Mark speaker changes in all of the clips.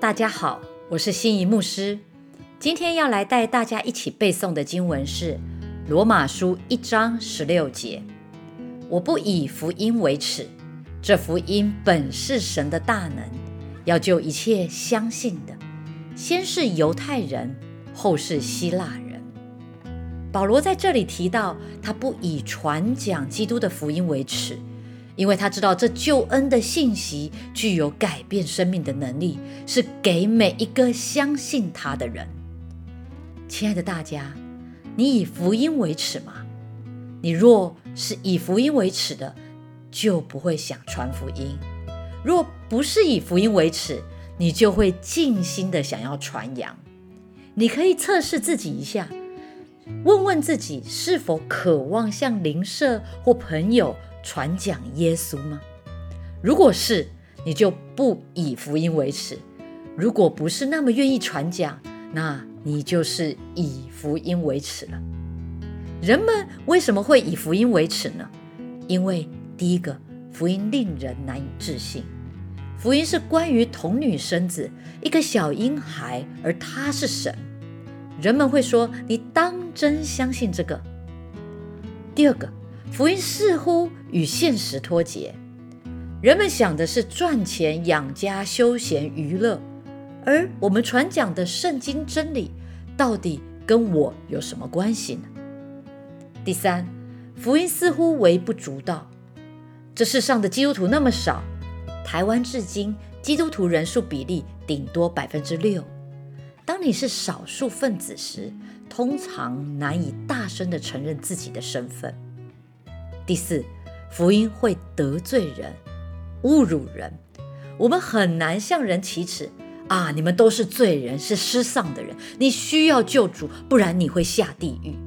Speaker 1: 大家好，我是心怡牧师。今天要来带大家一起背诵的经文是罗马书1章16节。我不以福音为耻，这福音本是神的大能，要救一切相信的，先是犹太人，后是希腊人。保罗在这里提到，他不以传讲基督的福音为耻，因为他知道这救恩的信息具有改变生命的能力，是给每一个相信他的人。亲爱的大家，你以福音为耻吗？你若是以福音为耻的，就不会想传福音；若不是以福音为耻，你就会尽心的想要传扬。你可以测试自己一下，问问自己是否渴望向邻舍或朋友传讲耶稣吗？如果是，你就不以福音为耻；如果不是那么愿意传讲，那你就是以福音为耻了。人们为什么会以福音为耻呢？因为第一个，福音令人难以置信。福音是关于童女生子，一个小婴孩，而他是神。人们会说，你当真相信这个？第二个，福音似乎与现实脱节。人们想的是赚钱、养家、休闲、娱乐，而我们传讲的圣经真理，到底跟我有什么关系呢？第三，福音似乎微不足道。这世上的基督徒那么少，台湾至今基督徒人数比例顶多 6%。当你是少数分子时，通常难以大声地承认自己的身份。第四，福音会得罪人，侮辱人。我们很难向人启齿啊，你们都是罪人，是失丧的人，你需要救主，不然你会下地狱。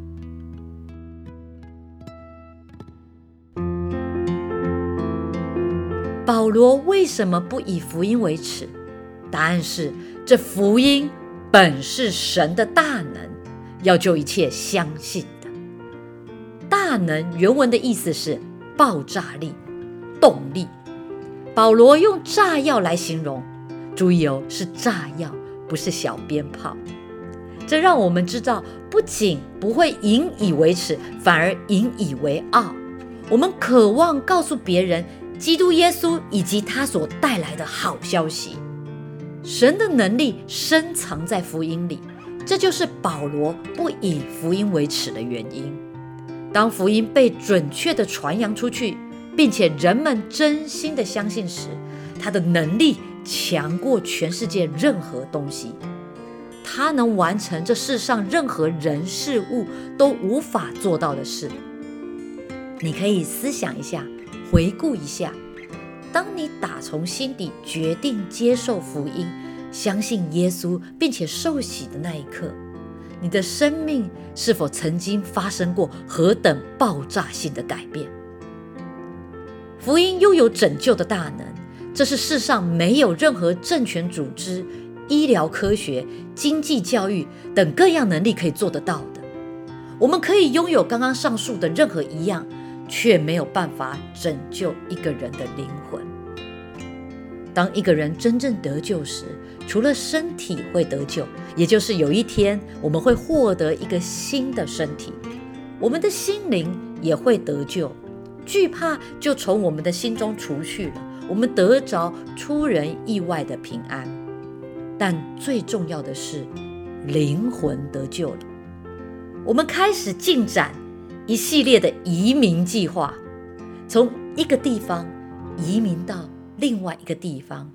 Speaker 1: 保罗为什么不以福音为耻？答案是，这福音本是神的大能，要救一切相信的。大能原文的意思是爆炸力、动力。保罗用炸药来形容，注意哦，是炸药，不是小鞭炮。这让我们知道，不仅不会引以为耻，反而引以为傲。我们渴望告诉别人基督耶稣以及他所带来的好消息。神的能力深藏在福音里，这就是保罗不以福音为耻的原因。当福音被准确地传扬出去，并且人们真心地相信时，他的能力强过全世界任何东西。他能完成这世上任何人事物都无法做到的事。你可以思想一下，回顾一下，当你打从心底决定接受福音，相信耶稣并且受洗的那一刻，你的生命是否曾经发生过何等爆炸性的改变？福音拥有拯救的大能，这是世上没有任何政权组织、医疗科学、经济教育等各样能力可以做得到的。我们可以拥有刚刚上述的任何一样，却没有办法拯救一个人的灵魂。当一个人真正得救时，除了身体会得救，也就是有一天我们会获得一个新的身体，我们的心灵也会得救，惧怕就从我们的心中除去了，我们得着出人意外的平安。但最重要的是，灵魂得救了。我们开始进展一系列的移民计划，从一个地方移民到另外一个地方。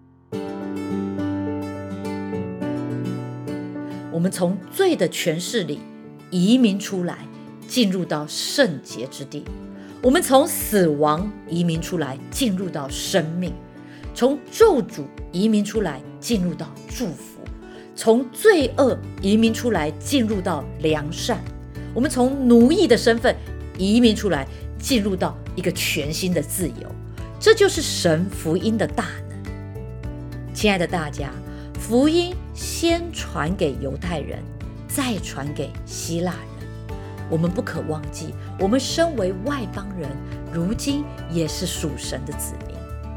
Speaker 1: 我们从罪的权势里移民出来，进入到圣洁之地。我们从死亡移民出来，进入到生命；从咒诅移民出来，进入到祝福；从罪恶移民出来，进入到良善。我们从奴役的身份移民出来，进入到一个全新的自由。这就是神福音的大能。亲爱的大家，福音先传给犹太人，再传给希腊人。我们不可忘记，我们身为外邦人，如今也是属神的子民。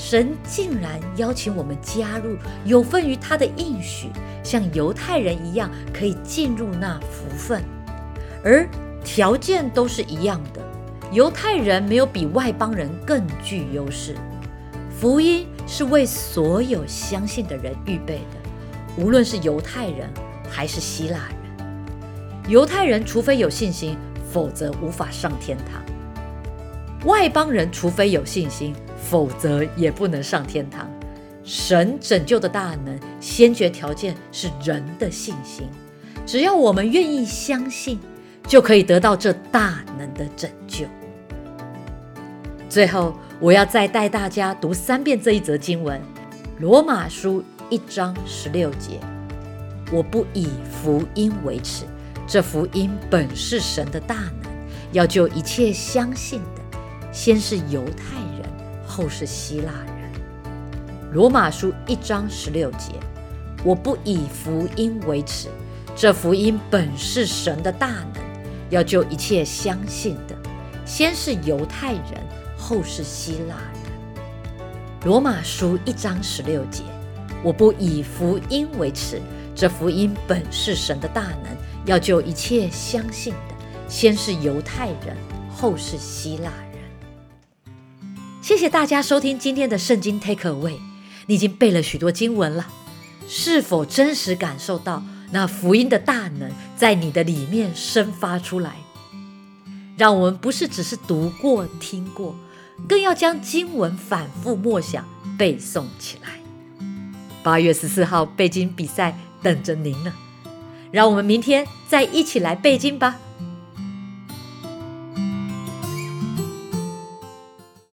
Speaker 1: 神竟然邀请我们加入，有份于他的应许，像犹太人一样可以进入那福分，而条件都是一样的。犹太人没有比外邦人更具优势。福音是为所有相信的人预备的，无论是犹太人还是希腊人。犹太人除非有信心，否则无法上天堂；外邦人除非有信心，否则也不能上天堂。神拯救的大能，先决条件是人的信心。只要我们愿意相信，就可以得到这大能的拯救。最后，我要再带大家读3遍这一则经文，罗马书1章16节。我不以福音为耻，这福音本是神的大能，要救一切相信的，先是犹太人，后是希腊人。罗马书1章16节。我不以福音为耻，这福音本是神的大能，要救一切相信的，先是犹太人，后是希腊人。罗马书1章16节。我不以福音为耻，这福音本是神的大能，要救一切相信的，先是犹太人，后是希腊人。谢谢大家收听今天的圣经 Take Away。 你已经背了许多经文了，是否真实感受到那福音的大能在你的里面生发出来？让我们不是只是读过听过，更要将经文反复默想背诵起来。8月14号背经比赛等着您呢，让我们明天再一起来背经吧。